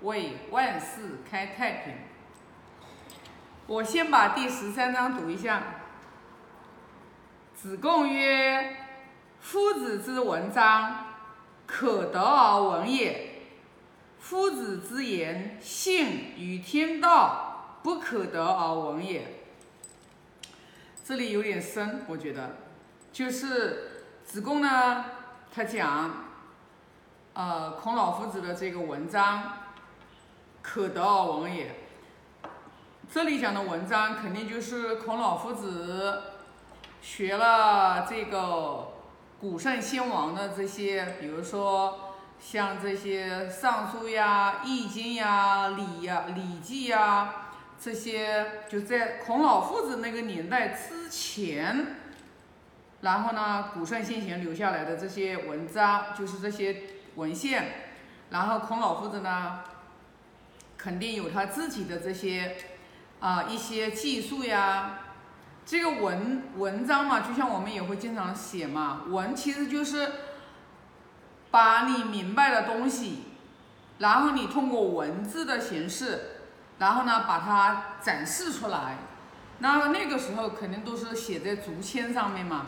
为万事开太平。我先把第13章读一下。子贡曰：夫子之文章，可得而闻也。夫子之言，信与天道，不可得而闻也。这里有点深，我觉得，就是子贡呢，他讲，孔老夫子的这个文章，可得而闻也。这里讲的文章，肯定就是孔老夫子学了这个古圣先王的这些，比如说像这些尚书呀、易经呀、礼记呀。这些就在孔老夫子那个年代之前，然后呢，古圣先贤留下来的这些文章，就是这些文献，然后孔老夫子呢，肯定有他自己的这些一些技术呀。这个文章嘛，就像我们也会经常写嘛，文其实就是把你明白的东西，然后你通过文字的形式。然后呢，把它展示出来。那个时候肯定都是写在竹签上面嘛。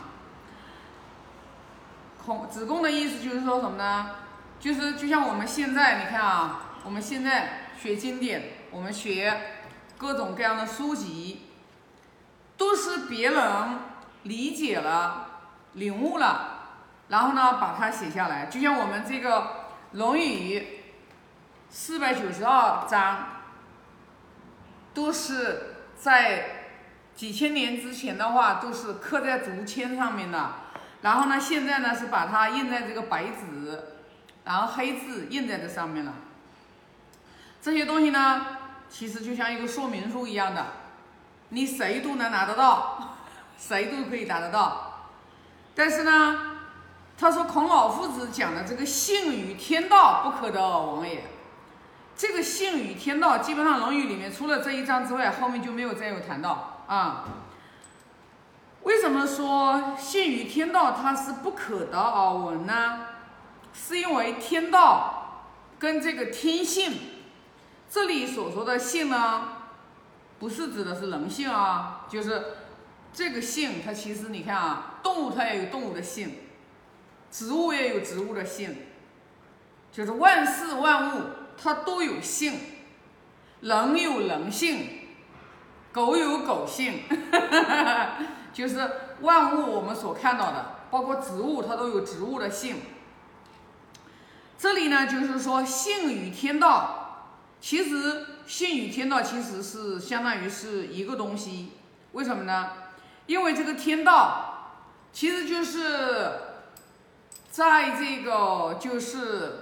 子贡的意思就是说什么呢？就像我们现在，你看啊，我们现在学经典，我们学各种各样的书籍，都是别人理解了、领悟了，然后呢把它写下来。就像我们这个《论语》492章。都是在几千年之前的话，都是刻在竹签上面的。然后呢，现在呢是把它印在这个白纸，然后黑字印在这上面了。这些东西呢，其实就像一个说明书一样的，你谁都能拿得到，谁都可以拿得到。但是呢，他说孔老夫子讲的这个信与天道，不可得而闻也。这个信与天道，基本上《论语》里面除了这一章之外，后面就没有再有谈到啊。为什么说信与天道它是不可得而闻呢？是因为天道跟这个天性，这里所说的性呢，不是指的是人性啊，就是这个性，它其实你看啊，动物它也有动物的性，植物也有植物的性，就是万事万物。它都有性，人有人性，狗有狗性，就是万物我们所看到的，包括植物，它都有植物的性。这里呢，就是说性与天道，其实性与天道其实是相当于是一个东西。为什么呢？因为这个天道其实就是在这个就是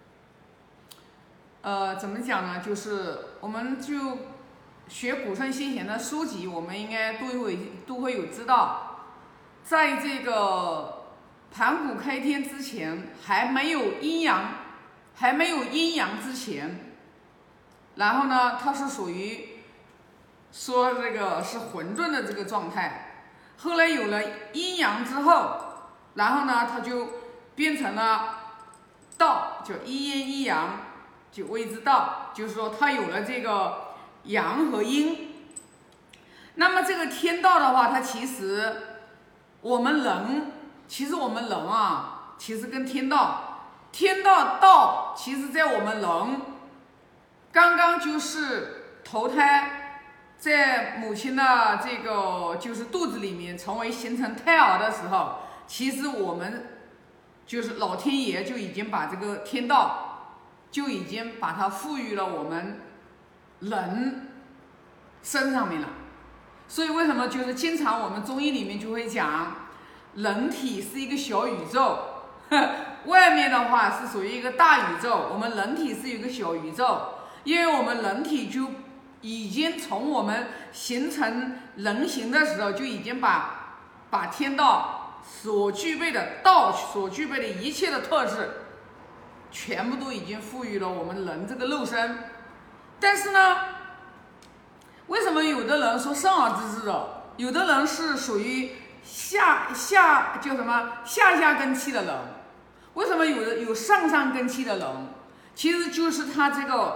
怎么讲呢？就是我们就学古圣先贤的书籍，我们应该都会有知道，在这个盘古开天之前，还没有阴阳之前，然后呢，它是属于说这个是混沌的这个状态。后来有了阴阳之后，然后呢，它就变成了道，就一阴一阳。就谓之道，就是说它有了这个阳和阴。那么这个天道的话，它其实我们人啊，其实跟天道道，其实在我们人刚刚就是投胎在母亲的这个就是肚子里面成为形成胎儿的时候，其实我们就是老天爷就已经把这个天道就已经把它赋予了我们人身上面了。所以为什么就是经常我们中医里面就会讲，人体是一个小宇宙，外面的话是属于一个大宇宙，我们人体是一个小宇宙。因为我们人体就已经从我们形成人形的时候，就已经把天道所具备的一切的特质全部都已经赋予了我们人这个肉身。但是呢，为什么有的人说生而知之的，有的人是属于下根器的人？为什么有上根器的人？其实就是他这个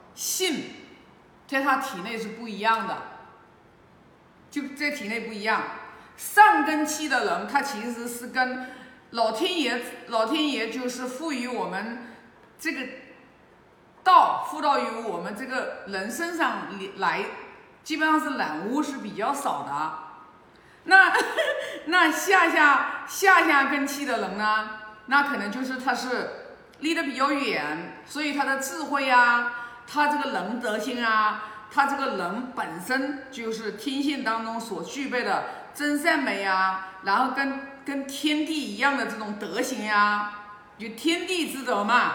性在他体内是不一样的，就在体内不一样。上根器的人，他其实是跟老天爷就是赋予我们这个道，附到于我们这个人身上来，基本上是染污是比较少的。那下根器的人呢，那可能就是他是离得比较远，所以他的智慧啊，他这个人德性啊，他这个人本身就是天性当中所具备的真善美啊，然后跟天地一样的这种德行呀，就天地之德嘛，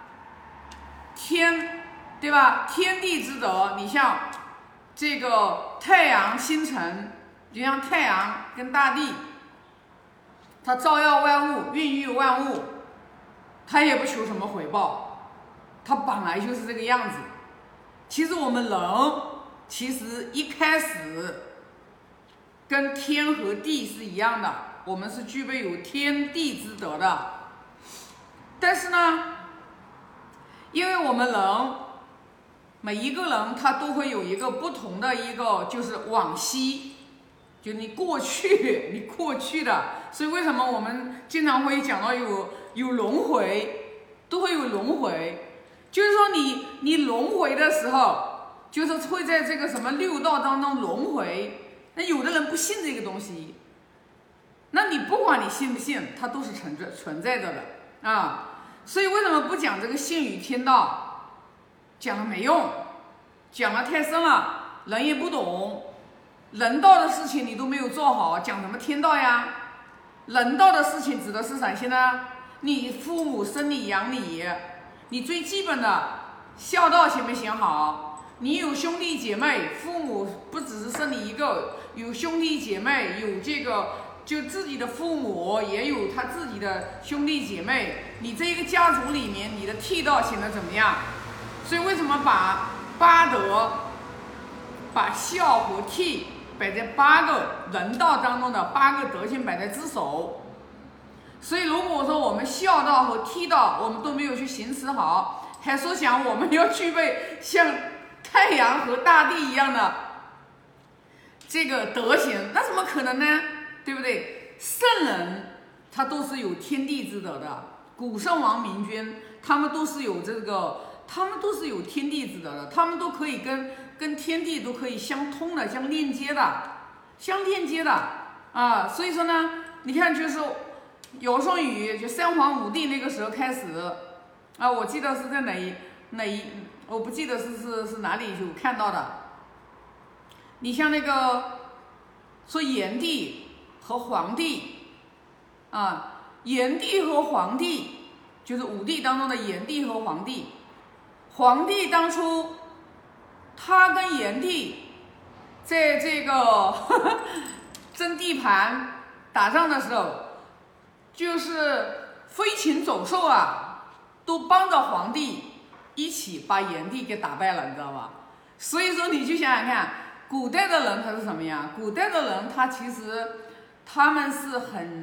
对吧？天地之德，你像这个太阳星辰，就像太阳跟大地，它照耀万物，孕育万物，它也不求什么回报，它本来就是这个样子。其实我们人其实一开始跟天和地是一样的，我们是具备有天地之德的。但是呢，因为我们人每一个人他都会有一个不同的一个就是往昔，就你过去的，所以为什么我们经常会讲到有轮回，都会有轮回。就是说你轮回的时候，就是会在这个什么六道当中轮回。那有的人不信这个东西，那你不管你信不信，它都是存在着的啊。所以为什么不讲这个性与天道？讲了没用，讲了太深了，人也不懂。人道的事情你都没有做好，讲什么天道呀？人道的事情指的是哪些呢？你父母生你养你，你最基本的孝道行没行好？你有兄弟姐妹，父母不只是生你一个，有兄弟姐妹，有这个就自己的父母，也有他自己的兄弟姐妹。你这一个家族里面，你的悌道行得怎么样？所以为什么把八德、把孝和悌摆在8个人道当中的8个德行摆在之首？所以如果说我们孝道和悌道我们都没有去行持好，还说想我们要具备像太阳和大地一样的这个德行，那怎么可能呢？对不对？圣人他都是有天地之德的，古圣王明君他们都是有天地之德的，他们都可以跟天地都可以相通的，相链接的啊。所以说呢，你看就是尧舜禹就3皇5帝那个时候开始啊，我记得是在哪一我不记得是哪里有看到的。你像那个说炎帝和黄帝啊，炎帝和黄帝就是5帝当中的炎帝和黄帝。黄帝当初他跟炎帝在这个争地盘打仗的时候，就是飞禽走兽啊，都帮着黄帝一起把炎帝给打败了，你知道吧？所以说你去想想看，古代的人他是什么样？古代的人他其实他们是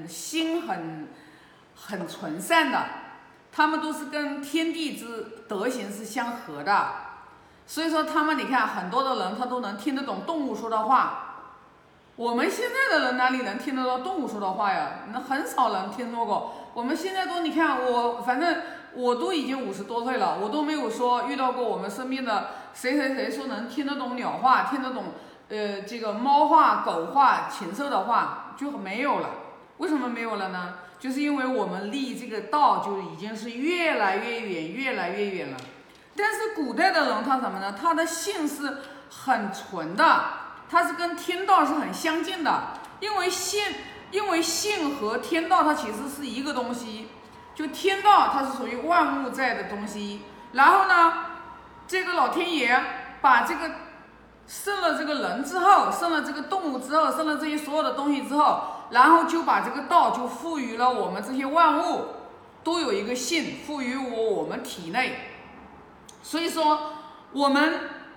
很纯善的，他们都是跟天地之德行是相合的。所以说他们你看很多的人他都能听得懂动物说的话。我们现在的人哪里能听得到动物说的话呀？那很少人听说过。我们现在都你看反正我都已经50多岁了，我都没有说遇到过我们身边的谁说能听得懂鸟话，听得懂这个猫话、狗话、禽兽的话，就没有了。为什么没有了呢？就是因为我们离这个道就已经是越来越远了。但是古代的人他什么呢？他的性是很纯的，他是跟天道是很相近的。因为性和天道它其实是一个东西，就天道它是属于万物在的东西，然后呢这个老天爷把这个生了这个人之后，生了这个动物之后，生了这些所有的东西之后，然后就把这个道就赋予了我们这些万物都有一个性，赋予我们体内。所以说我们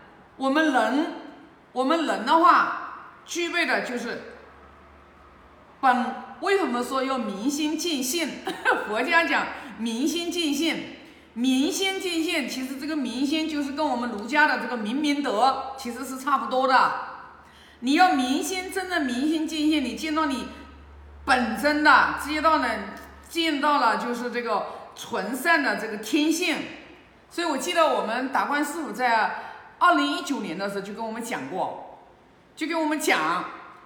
人的话具备的就是为什么说要明心净性？佛家讲明心净性， 明心见性，其实这个明心就是跟我们儒家的这个明明德其实是差不多的。你要明心，真正明心见性，你见到你本真的，见到了就是这个纯善的这个天性。所以我记得我们达观师父在2019年的时候就跟我们讲过，就跟我们讲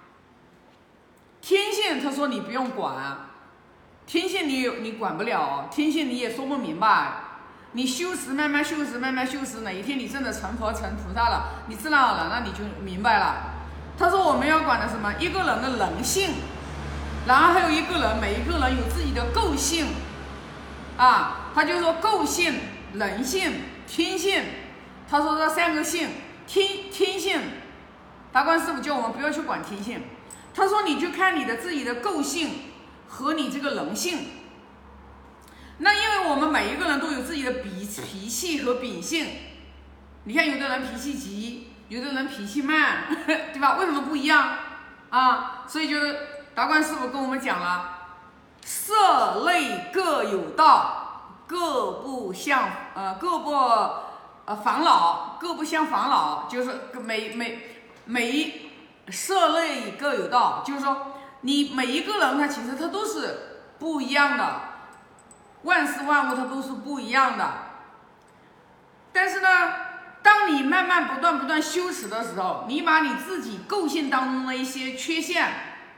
天性，他说你不用管，天性你管不了，天性你也说不明白。你修持慢慢修持，慢慢修持，哪一天你真的成佛成菩萨了，你自然而然那你就明白了。他说我们要管的什么？一个人的人性，然后还有一个人，每一个人有自己的构性啊。他就说构性、人性、天性。他说这三个性，天性，达观师父叫我们不要去管天性。他说你就看你的自己的构性和你这个人性。那因为我们每一个人都有自己的脾气和秉性，你看有的人脾气急，有的人脾气慢，对吧？为什么不一样啊？所以就是达观师父跟我们讲了，色类各有道，各不妨老，各不相妨老，就是每色类各有道，就是说你每一个人他其实他都是不一样的。万事万物它都是不一样的，但是呢，当你慢慢不断修持的时候，你把你自己构性当中的一些缺陷，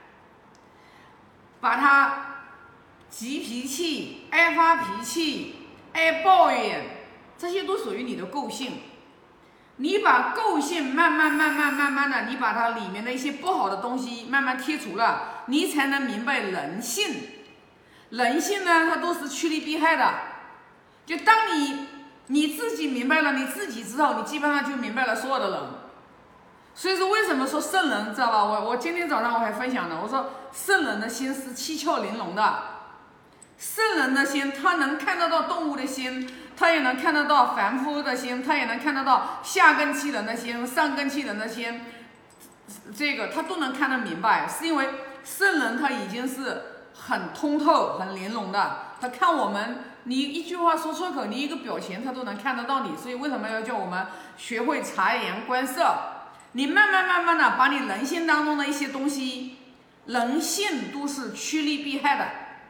把它急脾气、爱发脾气、爱抱怨，这些都属于你的构性。你把构性慢慢的，你把它里面的一些不好的东西慢慢剔除了，你才能明白人性。人性呢，它都是趋利避害的。就当你自己明白了，你自己知道，你基本上就明白了所有的人。所以说，为什么说圣人，知道吧？我今天早上我还分享了，我说圣人的心是七窍玲珑的。圣人的心，他能看得到动物的心，他也能看得到凡夫的心，他也能看得到下根器人的心、上根器人的心，这个他都能看得明白，是因为圣人他已经是很通透、很玲珑的。他看我们，你一句话说出口，你一个表情，他都能看得到你。所以为什么要叫我们学会察言观色？你慢慢的把你人性当中的一些东西，人性都是趋利避害的。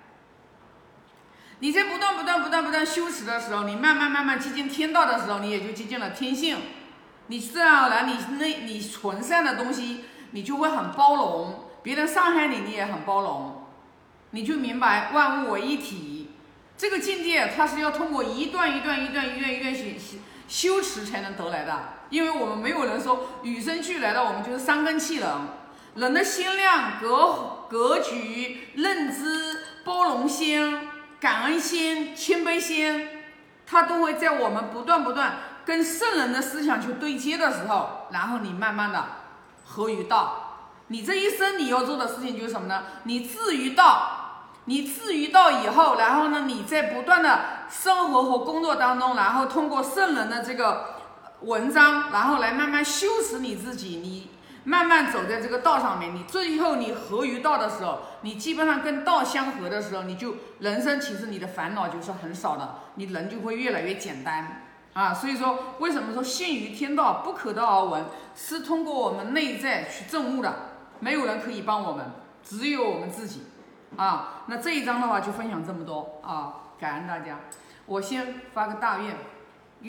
你在不断修持的时候，你慢慢接近天道的时候，你也就接近了天性。你自然而然，你纯善的东西，你就会很包容，别人伤害你，你也很包容。你就明白万物为一体，这个境界它是要通过一段修持才能得来的。因为我们没有人说与生俱来的，我们就是三根器人。人的心量、格局、认知、包容心、感恩心、谦卑心，它都会在我们不断跟圣人的思想去对接的时候，然后你慢慢的合于道。你这一生你要做的事情就是什么呢？你至于道。你至于道以后，然后呢，你在不断的生活和工作当中，然后通过圣人的这个文章，然后来慢慢修持你自己，你慢慢走在这个道上面，你最后你合于道的时候，你基本上跟道相合的时候，你就人生其实你的烦恼就是很少的，你人就会越来越简单啊。所以说为什么说信于天道不可道而闻，是通过我们内在去证悟的，没有人可以帮我们，只有我们自己啊。那这一章的话就分享这么多啊，感恩大家。我先发个大愿。